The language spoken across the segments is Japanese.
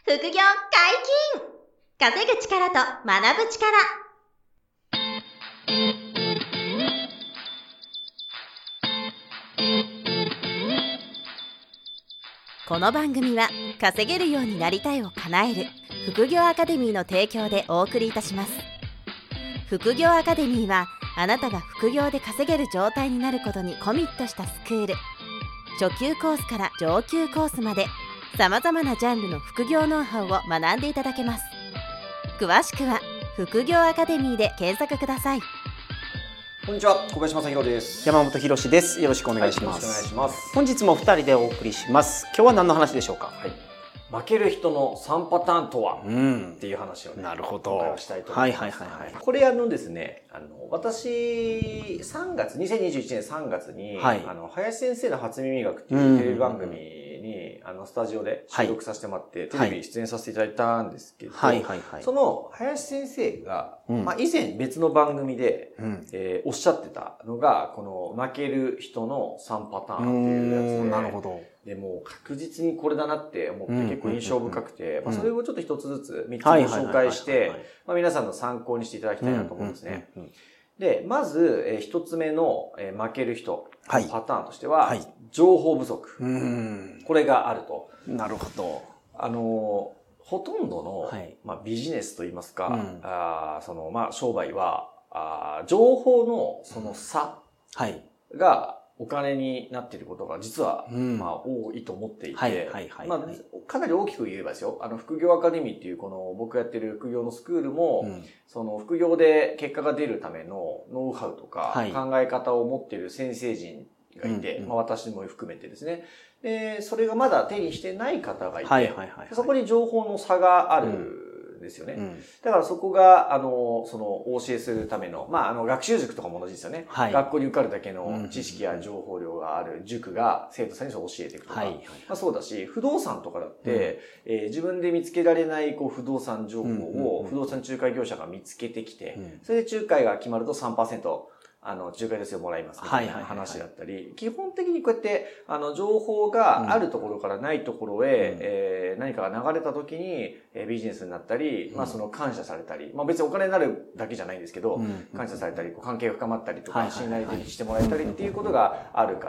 副業解禁！稼ぐ力と学ぶ力。この番組は稼げるようになりたいを叶える副業アカデミーの提供でお送りいたします。副業アカデミーはあなたが副業で稼げる状態になることにコミットしたスクール。初級コースから上級コースまでさまざまなジャンルの副業ノウハウを学んでいただけます。詳しくは副業アカデミーで検索ください。 こんにちは、小林正弘です。 山本博史です。よろしくお願いします。 よろしくお願いします。 本日も2人でお送りします。今日は何の話でしょうか。 はい。負ける人の3パターンとは、っていう話をね、 なるほど。 今回はしたいと思います。これですね、私、2021年3月に、林先生の初耳学っていうテレビ番組に、スタジオで収録させてもらって、テレビに出演させていただいたんですけど、その林先生が、以前別の番組で、おっしゃってたのが、この負ける人の3パターンっていうやつで、 なるほど。 でも確実にこれだなって思って結構印象深くて、それをちょっと一つずつ3つご紹介して、皆さんの参考にしていただきたいなと思うんですね。で、まず一つ目の負ける人のパターンとしては、情報不足。これがあると。 なるほど。 ほとんどの、ビジネスといいますか、商売は、情報のその差がお金になっていることが実は、多いと思っていて、かなり大きく言えばですよ、副業アカデミーっていうこの僕やってる副業のスクールも、その副業で結果が出るためのノウハウとか考え方を持っている先生陣がいて、私も含めてですね。で、それがまだ手にしてない方がいて、そこに情報の差があるんですよね。だからそこが、お教えするための、学習塾とかも同じですよね。学校に受かるだけの知識や情報量がある塾が生徒さんに教えていくとか、そうだし、不動産とかだって、自分で見つけられない不動産情報を不動産仲介業者が見つけてきて、それで仲介が決まると 3%、仲介手数料もらいますみたいな話だったり、基本的にこうやって、情報があるところからないところへ、何かが流れた時に、ビジネスになったり、その感謝されたり、別にお金になるだけじゃないんですけど、感謝されたり、関係が深まったりとか、信頼してもらえたりっていうことがあるから、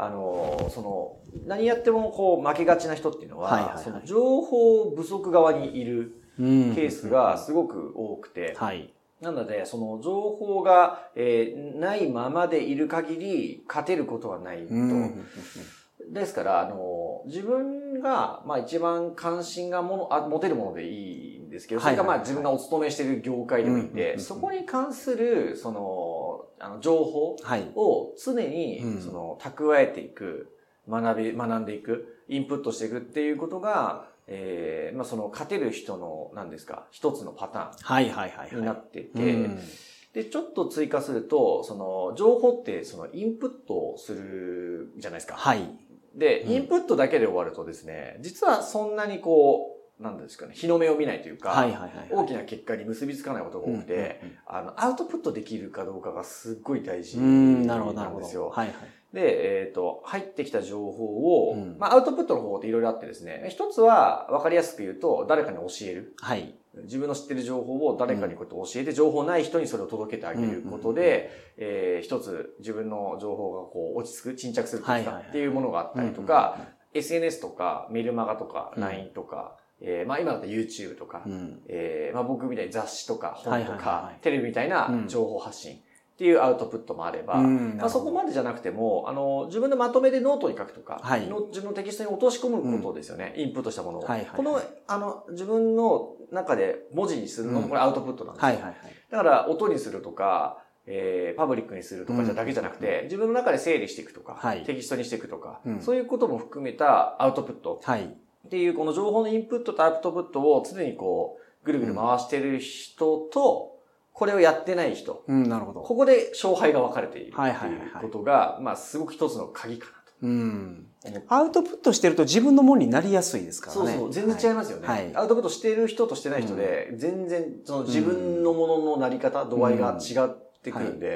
何やっても負けがちな人っていうのは、その情報不足側にいるケースがすごく多くて、なので、その情報が、ないままでいる限り勝てることはないと。ですから、自分が、一番関心が持てるものでいいんですけど、それが自分がお勤めしている業界でもいて、そこに関する、情報を常に、蓄えていく、学んでいく、インプットしていくっていうことが、勝てる人の、一つのパターンになってて、で、ちょっと追加すると、情報って、インプットをするじゃないですか。で、インプットだけで終わるとですね、実はそんなに日の目を見ないというか、大きな結果に結びつかないことが多くて、アウトプットできるかどうかがすっごい大事なんですよ。で、入ってきた情報を、アウトプットの方法っていろいろあってですね、一つは分かりやすく言うと、誰かに教える。自分の知ってる情報を誰かにこうやって教えて、情報ない人にそれを届けてあげることで、一つ自分の情報が落ち着く、沈着するっていうものがあったりとか、SNS とかメルマガとか LINE とか、今だったら YouTube とか、僕みたいに雑誌とか本とか、テレビみたいな情報発信っていうアウトプットもあれば、そこまでじゃなくても、自分のまとめでノートに書くとか、自分のテキストに落とし込むことですよね。インプットしたものを。この、自分の中で文字にするのもこれアウトプットなんですよ。だから音にするとか、パブリックにするとかだけじゃなくて、自分の中で整理していくとか、テキストにしていくとか、そういうことも含めたアウトプットっていうこの情報のインプットとアウトプットを常にぐるぐる回してる人と、これをやってない人。 なるほど。 ここで勝敗が分かれているっていうことが、すごく一つの鍵かなと。 アウトプットしてると自分のものになりやすいですからね。 そう、全然違いますよね。アウトプットしてる人としてない人で、全然自分のもののなり方、度合いが違ってくるんで、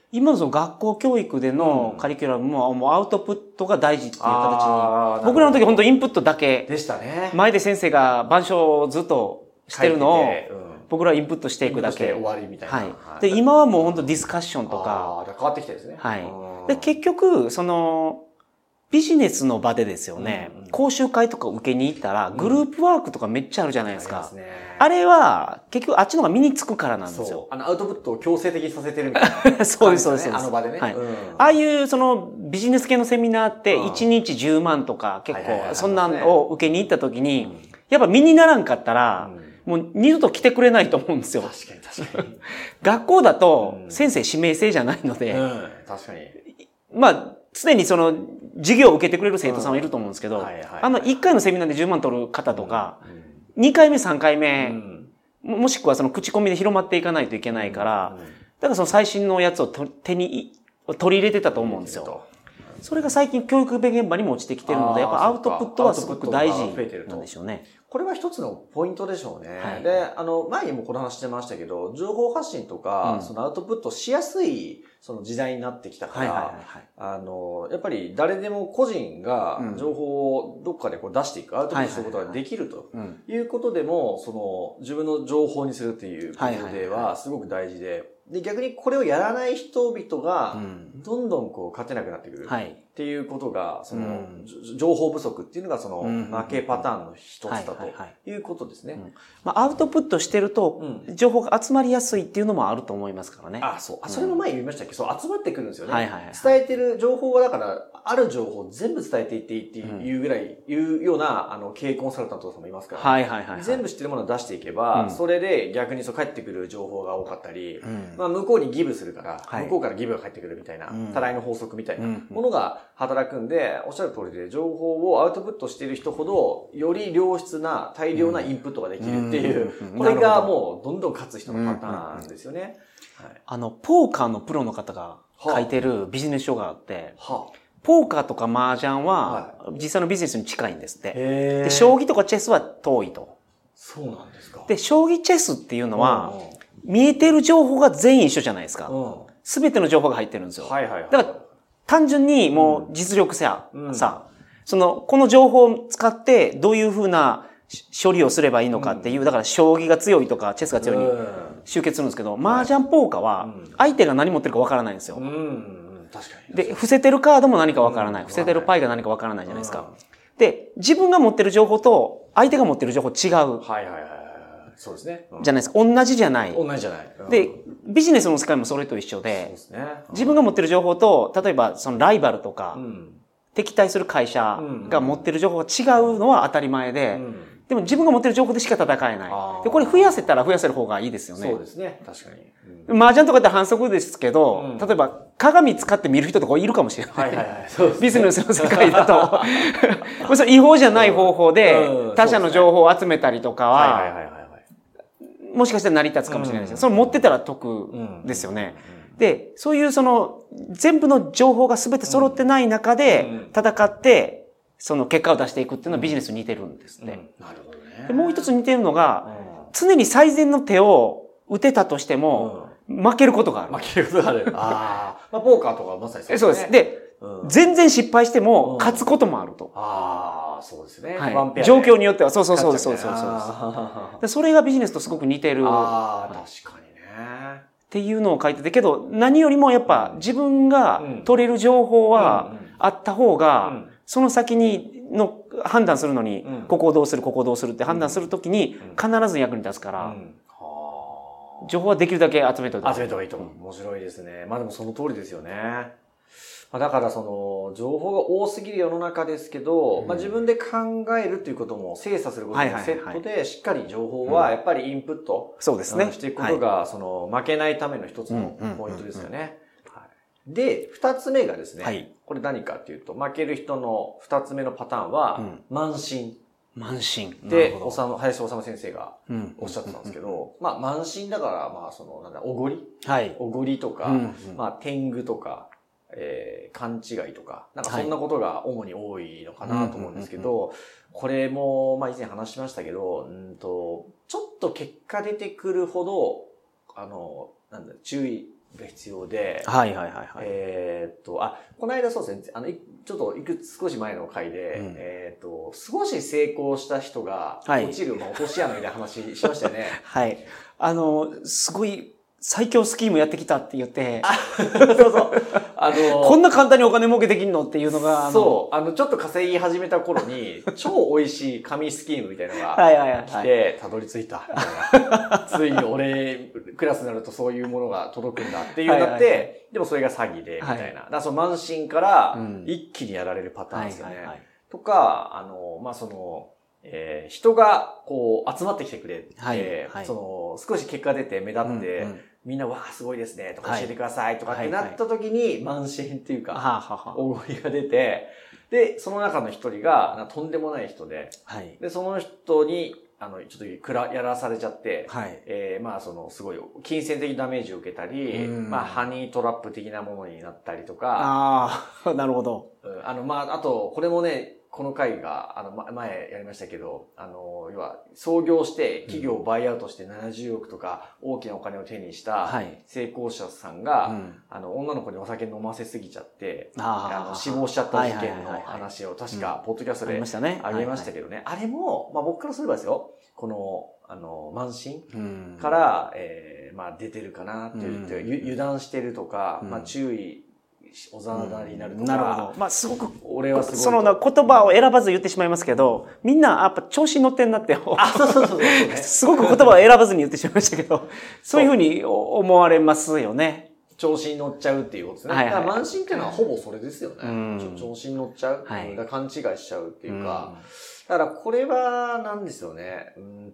今のその学校教育でのカリキュラムももうアウトプットが大事っていう形に、僕らの時本当インプットだけでしたね。 前で先生が板書をずっとしてるのを僕らインプットしていくだけ。 終わりみたいな。 はい。で、今はもう本当ディスカッションとか。 変わってきてですね。 はい。で、結局、その、ビジネスの場でですよね、講習会とか受けに行ったら、グループワークとかめっちゃあるじゃないですか。あれは、結局あっちの方が身につくからなんですよ。 アウトプットを強制的にさせてるみたいな。 そうです、そうです。 あの場でね。 はい。ああいうそのビジネス系のセミナーって1日10万とか結構そんなのを受けに行った時に、やっぱ身にならんかったら、もう二度と来てくれないと思うんですよ。 確かに確かに。 学校だと先生指名制じゃないので、 確かに。 まあ、常にその授業を受けてくれる生徒さんはいると思うんですけど、1回のセミナーで10万取る方とか、2回目3回目、もしくはその口コミで広まっていかないといけないから、だからその最新のやつを手に取り入れてたと思うんですよ。それが最近教育現場にも落ちてきてるので、やっぱアウトプットはすごく大事なんでしょうね。 これは一つのポイントでしょうね。で、前にもこの話してましたけど、情報発信とか、そのアウトプットしやすい、その時代になってきたから、やっぱり誰でも個人が情報をどっかでこう出していく、アウトプットすることができるということでも、その自分の情報にするっていうことではすごく大事で、で、逆にこれをやらない人々が、どんどんこう勝てなくなってくる。っていうことが、その、情報不足っていうのがその、負けパターンの一つだということですね。 まあ、アウトプットしてると、情報が集まりやすいっていうのもあると思いますからね。 そう。それも前言いましたっけど、そう、集まってくるんですよね。伝えてる情報はだから、ある情報を全部伝えていっていいっていうぐらい、いうような、経営コンサルタントさんもいますから、全部知ってるものを出していけば、それで逆にそう返ってくる情報が多かったり、まあ、向こうにギブするから、向こうからギブが返ってくるみたいな、多大の法則みたいなものが働くんで、おっしゃる通りで、情報をアウトプットしている人ほど、より良質な、大量なインプットができるっていう、これがもうどんどん勝つ人のパターンですよね。 ポーカーのプロの方が書いてるビジネス書があって、ポーカーとか麻雀は実際のビジネスに近いんですって。で、将棋とかチェスは遠いと。 そうなんですか。 で、将棋チェスっていうのは、見えてる情報が全員一緒じゃないですか。すべての情報が入ってるんですよ。だから単純にもう実力さ、この情報を使ってどういうふうな処理をすればいいのかっていう、だから将棋が強いとかチェスが強いに集結するんですけど、麻雀ポーカーは相手が何持ってるかわからないんですよ。 確かに。 で、伏せてるカードも何かわからない。伏せてるパイが何かわからないじゃないですか。で、自分が持ってる情報と相手が持ってる情報違う。 そうですね。 じゃないですか。同じじゃない。 同じじゃない。 で、ビジネスの世界もそれと一緒で、自分が持ってる情報と、例えばそのライバルとか、敵対する会社が持ってる情報が違うのは当たり前で、でも自分が持ってる情報でしか戦えない。で、これ増やせたら増やせる方がいいですよね。 そうですね。確かに。 麻雀とかって反則ですけど、例えば鏡使って見る人とかいるかもしれない。ビジネスの世界だと。それ違法じゃない方法で他社の情報を集めたりとかは、もしかしたら成り立つかもしれないですけど、それ持ってたら得ですよね。で、そういうその全部の情報が全て揃ってない中で戦って、その結果を出していくっていうのはビジネスに似てるんですね。 なるほどね。 でもう一つ似てるのが、常に最善の手を打てたとしても、負けることがある。 負けることがある。まあ、ポーカーとかまさにそうですね。 そうです。で、全然失敗しても勝つこともあると。 そうですね。 状況によっては、そう。それがビジネスとすごく似てる。 確かにね。 っていうのを書いてて、けど何よりもやっぱ自分が取れる情報はあった方が、その先の判断するのに、ここをどうするって判断するときに必ず役に立つから、情報はできるだけ集めておいた方がいいと思う。面白いですね。まあでもその通りですよね。だからその、情報が多すぎる世の中ですけど、自分で考えるということも精査することもセットで、しっかり情報はやっぱりインプットしていくことが、その、負けないための一つのポイントですよね。で、二つ目がですね、これ何かっていうと、負ける人の二つ目のパターンは、慢心。 慢心。 で、林修先生がおっしゃってたんですけど、慢心だから、おごりおごりとか、天狗とか、勘違いとか、なんかそんなことが主に多いのかなと思うんですけど、これも、以前話しましたけど、ちょっと結果出てくるほど、注意が必要で、 はいはいはいはい。 この間そうですね、ちょっと少し前の回で、少し成功した人が落ちる、落とし穴みたいな話しましたよね。 はい。すごい、最強スキームやってきたって言って、 そうそう。 こんな簡単にお金儲けできんのっていうのが、 そう。ちょっと稼ぎ始めた頃に、超美味しい紙スキームみたいなのが来て、たどり着いた、みたいな。ついに俺、クラスになるとそういうものが届くんだっていうのだって、でもそれが詐欺で、みたいな。だからその慢心から一気にやられるパターンですよね。とか、人がこう集まってきてくれて、少し結果出て目立って、みんな、わーすごいですね、とか教えてください、とかってなった時に、慢心っていうか、おごりが出て、で、その中の一人が、とんでもない人で、で、その人に、ちょっとやらされちゃって、すごい、金銭的ダメージを受けたり、ハニートラップ的なものになったりとか、 なるほど。 あと、これもね、この回が、前やりましたけど、要は、創業して企業をバイアウトして70億とか大きなお金を手にした成功者さんが、女の子にお酒飲ませすぎちゃって、死亡しちゃった事件の話を確か、ポッドキャストであげましたけどね。あれも、僕からすればですよ、この、慢心から、出てるかなって言って、油断してるとか、注意、おざなりになるとか。 なるほど。すごく、 俺はすごい。 その言葉を選ばず言ってしまいますけど、みんなやっぱ調子に乗ってんなって。 そう。 すごく言葉を選ばずに言ってしまいましたけど、そういうふうに思われますよね。 調子に乗っちゃうっていうことですね。だから慢心っていうのはほぼそれですよね。調子に乗っちゃう。だから勘違いしちゃうっていうか。だからこれはなんですよね。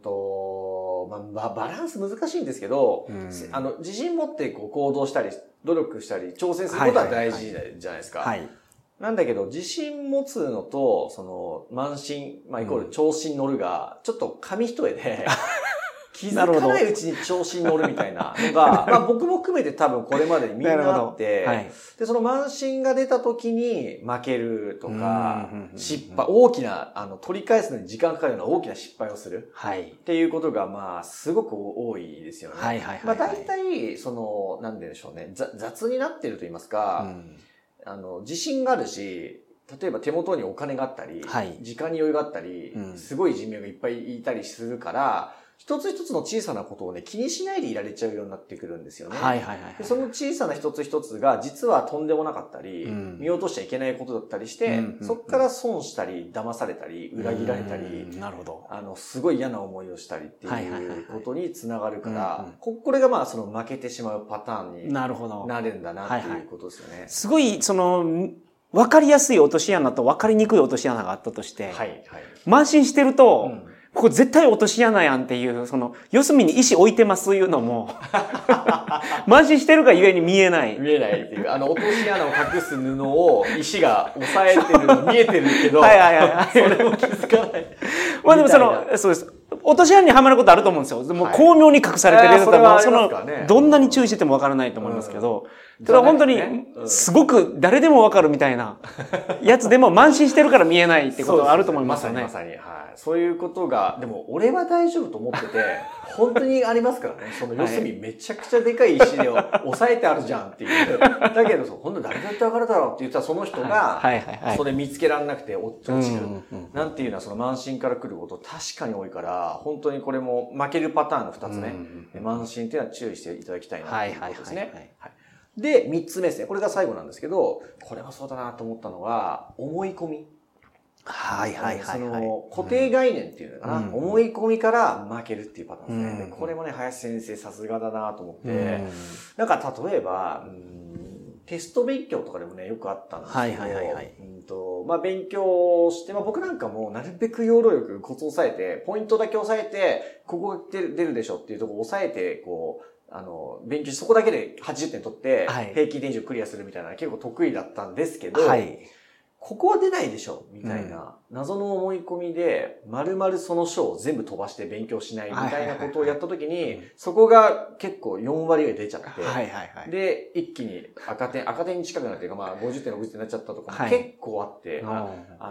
バランス難しいんですけど、自信持ってこう行動したり、努力したり、挑戦することは大事じゃないですか。なんだけど、自信持つのと、その、慢心、イコール調子に乗るが、ちょっと紙一重で、気づかないうちに調子に乗るみたいなのが、僕も含めて多分これまでにみんなあって、で、その慢心が出た時に負けるとか、大きな、取り返すのに時間かかるような大きな失敗をする。っていうことが、すごく多いですよね。大体、なんでしょうね、雑になってると言いますか、自信があるし、例えば手元にお金があったり、時間に余裕があったり、すごい人脈がいっぱいいたりするから、一つ一つの小さなことをね、気にしないでいられちゃうようになってくるんですよね。その小さな一つ一つが実はとんでもなかったり、見落としちゃいけないことだったりして、そこから損したり、騙されたり、裏切られたり、すごい嫌な思いをしたりっていうことにつながるから、これがその負けてしまうパターンになるんだなっていうことですよね。 すごい、わかりやすい落とし穴とわかりにくい落とし穴があったとして、慢心してると、ここ絶対落とし穴やんっていう、四隅に石置いてますいうのも、慢心してるがゆえに見えない。 見えないっていう、落とし穴を隠す布を石が押さえてるの見えてるけど、それも気づかない。 でもそうです。落とし穴にはまることあると思うんですよ。もう巧妙に隠されてるやつだったら、どんなに注意しててもわからないと思いますけど、ただ本当に、すごく誰でもわかるみたいなやつでも慢心してるから見えないってことはあると思いますよね。 まさに。そういうことが、でも俺は大丈夫と思ってて、本当にありますからね。その四隅めちゃくちゃでかい石で押さえてあるじゃんっていう。だけど、本当誰だってわかるだろうって言ったらその人が、それ見つけられなくて落ちる。なんていうのはその慢心から来ること確かに多いから、本当にこれも負けるパターンの2つね。慢心っていうのは注意していただきたいなということですね。で、3つ目ですね。これが最後なんですけど、これはそうだなと思ったのは、思い込み。固定概念っていうのかな、思い込みから負けるっていうパターンですね。これもね、林先生さすがだなと思って、なんか例えば、テスト勉強とかでもね、よくあったんですけど、勉強して、僕なんかもなるべく要領よくコツを押さえて、ポイントだけ押さえて、ここが出るでしょっていうところを押さえて、勉強してそこだけで80点取って、平均点以上クリアするみたいな結構得意だったんですけど、ここは出ないでしょみたいな、謎の思い込みで、丸々その章を全部飛ばして勉強しないみたいなことをやったときに、そこが結構4割ぐらい出ちゃって、で、一気に赤点に近くなって、50点、60点になっちゃったとかも結構あって、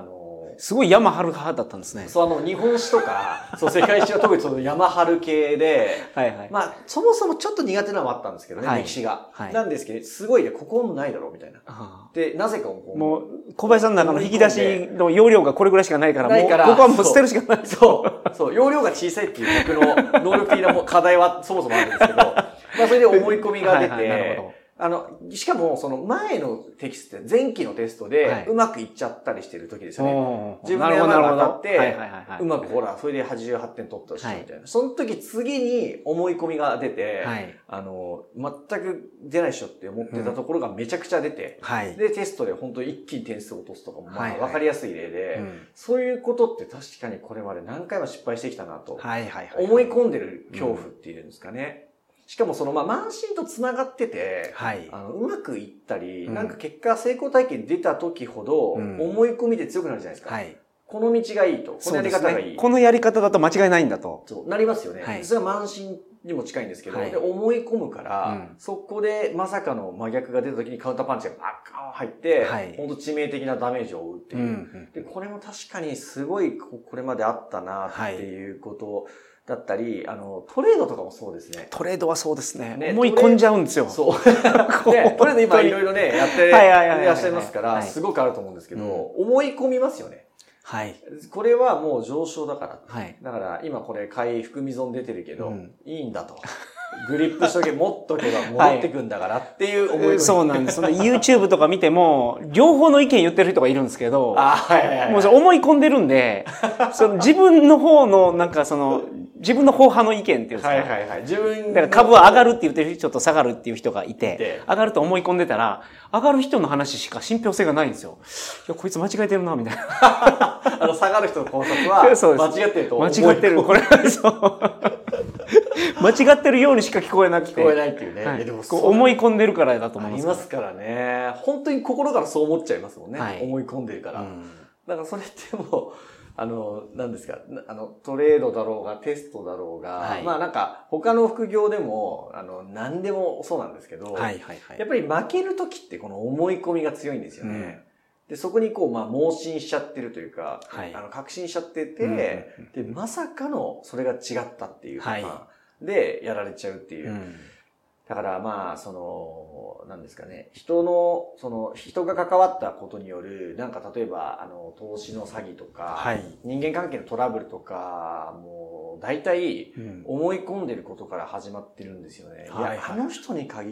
すごい山張る派だったんですね。 そう、日本史とか、そう、世界史は特にその山張る系で、 はいはい。 まあ、そもそもちょっと苦手なのもあったんですけどね、歴史が。なんですけど、すごいね、ここもないだろう、みたいな。で、なぜかもう、小林さんの中の引き出しの容量がこれぐらいしかないから、もう、ここはもう捨てるしかない。 そう、容量が小さいっていう僕の能力的な課題はそもそもあるんですけど、まあ、それで思い込みが出て、しかも、その前のテキストって前期のテストでうまくいっちゃったりしてる時ですよね。自分の山が当たって、うまくほら、それで88点取ったし、みたいな。その時次に思い込みが出て、全く出ないっしょって思ってたところがめちゃくちゃ出て、で、テストで本当に一気に点数を落とすとかも、まあ、わかりやすい例で、そういうことって確かにこれまで何回も失敗してきたなと、思い込んでる恐怖っていうんですかね。しかもその、まあ、慢心と繋がってて、うまくいったり、なんか結果成功体験出た時ほど、思い込みで強くなるじゃないですか。この道がいいと。このやり方がいい。 このやり方だと間違いないんだと。 そう、なりますよね。それは慢心にも近いんですけど、で思い込むから、そこでまさかの真逆が出た時にカウンターパンチがバッカーン入って、本当致命的なダメージを負うっていう。で、これも確かにすごいこれまであったなっていうことだったり、トレードとかもそうですね。 トレードはそうですね。思い込んじゃうんですよ。 そう。ね、トレード今いろいろね、やってらっしゃいますから、すごくあると思うんですけど、思い込みますよね。これはもう上昇だから。だから今これ買い含み損出てるけど、いいんだと。グリップしとけ、持っとけば戻ってくんだからっていう思い込み。 そうなんです。YouTube とか見ても、両方の意見言ってる人がいるんですけど、もう思い込んでるんで、自分の方の、なんか自分の方派の意見っていうんですか。 自分だから株は上がるって言ってる人と下がるっていう人がいて、上がると思い込んでたら、上がる人の話しか信憑性がないんですよ。いや、こいつ間違えてるな、みたいな。 下がる人の考察は、間違ってると思う。 間違ってる。これ、そう。間違ってるようにしか聞こえなくて。 聞こえないっていうね。 でも思い込んでるからだと思います。 ありますからね。本当に心からそう思っちゃいますもんね。思い込んでるから。だからそれってもう、何ですか、トレードだろうが、テストだろうが、まあなんか、他の副業でも、何でもそうなんですけど、やっぱり負けるときってこの思い込みが強いんですよね。で、そこにこう、まあ、盲信しちゃってるというか、確信しちゃってて、で、まさかのそれが違ったっていうか、で、やられちゃうっていう。だからまあ、なんですかね、人が関わったことによる、なんか例えば、投資の詐欺とか、人間関係のトラブルとか、もう、大体、思い込んでることから始まってるんですよね。いや、あの人に限って、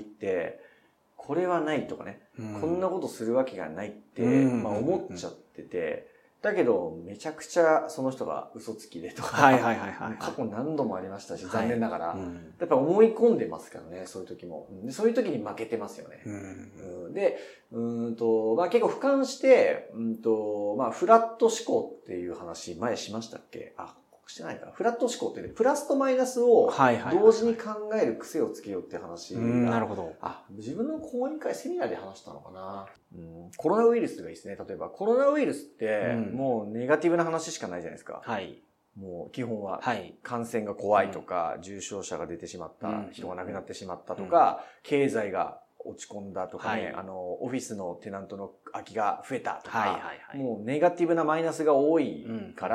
これはないとかね、こんなことするわけがないって、まあ思っちゃってて、だけど、めちゃくちゃその人が嘘つきでとか、過去何度もありましたし、残念ながら、やっぱ思い込んでますからね、そういう時も。でそういう時に負けてますよね。で、まあ結構俯瞰して、まあフラット思考っていう話、前しましたっけ？してないかな。フラット思考ってね、プラスとマイナスを同時に考える癖をつけようって話が、 なるほど。 自分の講演会セミナーで話したのかな。コロナウイルスがいいですね。例えばコロナウイルスってもうネガティブな話しかないじゃないですか。もう基本は感染が怖いとか、重症者が出てしまった、人が亡くなってしまったとか、経済が落ち込んだとかね、オフィスのテナントの空きが増えたとか、もうネガティブなマイナスが多いから、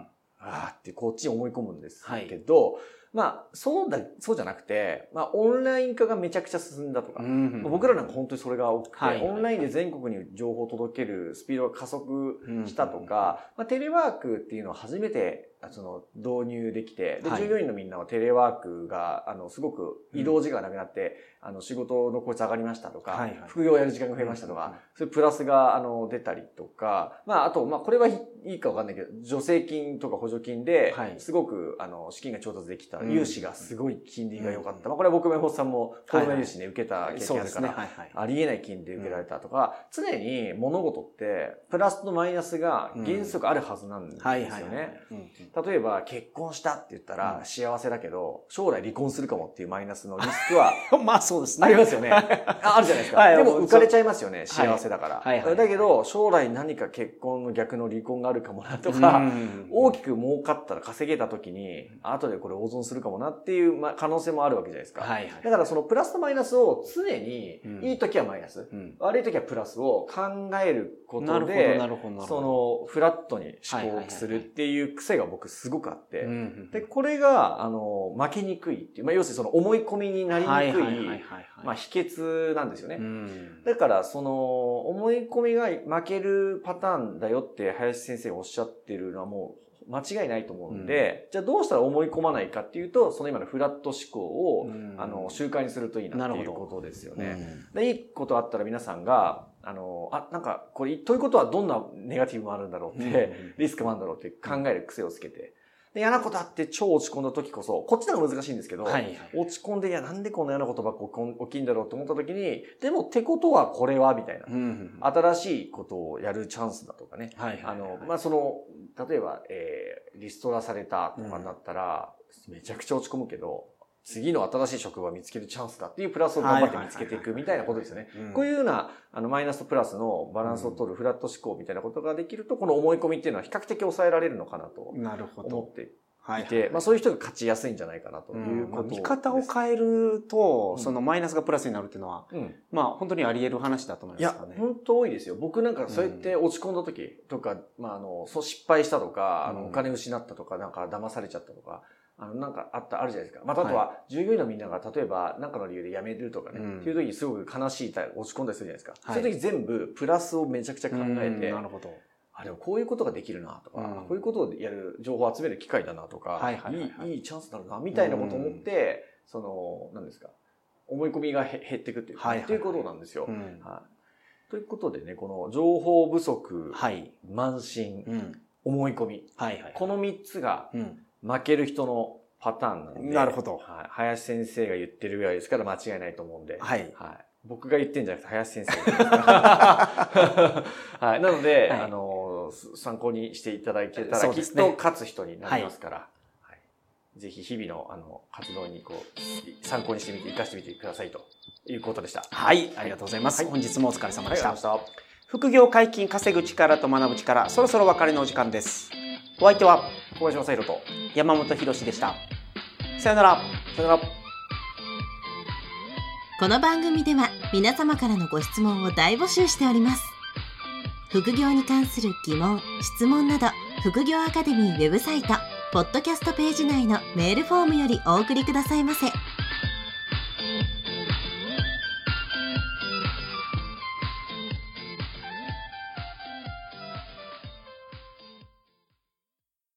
ってこっちに思い込むんですけど、まあ、そうじゃなくて、まあ、オンライン化がめちゃくちゃ進んだとか、僕らなんか本当にそれが多くて、オンラインで全国に情報を届けるスピードが加速したとか、まあ、テレワークっていうのを初めて導入できて、で、従業員のみんなはテレワークが、すごく移動時間がなくなって、仕事の効率上がりましたとか、副業をやる時間が増えましたとか、そういうプラスが、出たりとか、まあ、あと、まあ、これはいいかわかんないけど、助成金とか補助金で、すごく、資金が調達できた、融資がすごい金利が良かった。まあ、これは僕も山本さんも、コロナ融資ね、受けた経験あるから、ありえない金利で受けられたとか、常に物事って、プラスとマイナスが原則あるはずなんですよね。 例えば結婚したって言ったら幸せだけど、将来離婚するかもっていうマイナスのリスクはまあそうですね。 ありますよね。あるじゃないですか。でも浮かれちゃいますよね、幸せだから。だけど、将来何か結婚の逆の離婚があるかもなとか、大きく儲かったら稼げた時に、後でこれ大損するかもなっていう可能性もあるわけじゃないですか。だからそのプラスとマイナスを常に、いい時はマイナス、悪い時はプラスを考えることで、そのフラットに思考するっていう癖が僕すごくあって、で、これが、負けにくいっていう、要するにその思い込みになりにくい、秘訣なんですよね。だから、その、思い込みが負けるパターンだよって林先生がおっしゃってるのはもう間違いないと思うんで、じゃあどうしたら思い込まないかっていうと、その今のフラット思考を、習慣にするといいなっていうことですよね。で、いいことあったら皆さんが、なんか、これ、ということはどんなネガティブもあるんだろうって、リスクもあるんだろうって考える癖をつけて、で、嫌なことあって超落ち込んだ時こそ、こっちの方が難しいんですけど、落ち込んで、いや、なんでこんな嫌なことばっか起きんだろうと思った時に、でも、ってことはこれは、みたいな、新しいことをやるチャンスだとかね。その、例えば、リストラされたとかになったら、めちゃくちゃ落ち込むけど、次の新しい職場を見つけるチャンスだっていうプラスを頑張って見つけていくみたいなことですよね。こういうような、マイナスとプラスのバランスを取るフラット思考みたいなことができると、この思い込みっていうのは比較的抑えられるのかなと思っていて、そういう人が勝ちやすいんじゃないかなということです。 見方を変えると、そのマイナスがプラスになるっていうのは、本当にあり得る話だと思いますかね。 いや、本当多いですよ。僕なんかそうやって落ち込んだ時とか、失敗したとか、お金失ったとか、なんか騙されちゃったとか、なんかあるじゃないですか。あとは、従業員のみんなが、例えば、なんかの理由で辞めるとかね、っていう時にすごく悲しい、落ち込んだりするじゃないですか。そういう時全部、プラスをめちゃくちゃ考えて、 なるほど。 でもこういうことができるなとか、こういうことをやる情報を集める機会だなとか、いいチャンスだな、みたいなことを思って、何ですか、思い込みが減っていくっていうことなんですよ。ということでね、この情報不足、慢心、思い込み、この3つが、負ける人のパターンなんで。 なるほど。 林先生が言ってるぐらいですから間違いないと思うんで。僕が言ってんじゃなくて林先生がなので、参考にしていただけたらきっと勝つ人になりますから、ぜひ日々の活動に参考にしてみて、活かしてみてくださいということでした。 はい、ありがとうございます。本日もお疲れ様でした。副業解禁、稼ぐ力と学ぶ力、そろそろ別れのお時間です。お相手は小林正弘と山本博史でした。さよなら。 さよなら。 この番組では皆様からのご質問を大募集しております。副業に関する疑問、質問など、副業アカデミーウェブサイト、ポッドキャストページ内のメールフォームよりお送りくださいませ。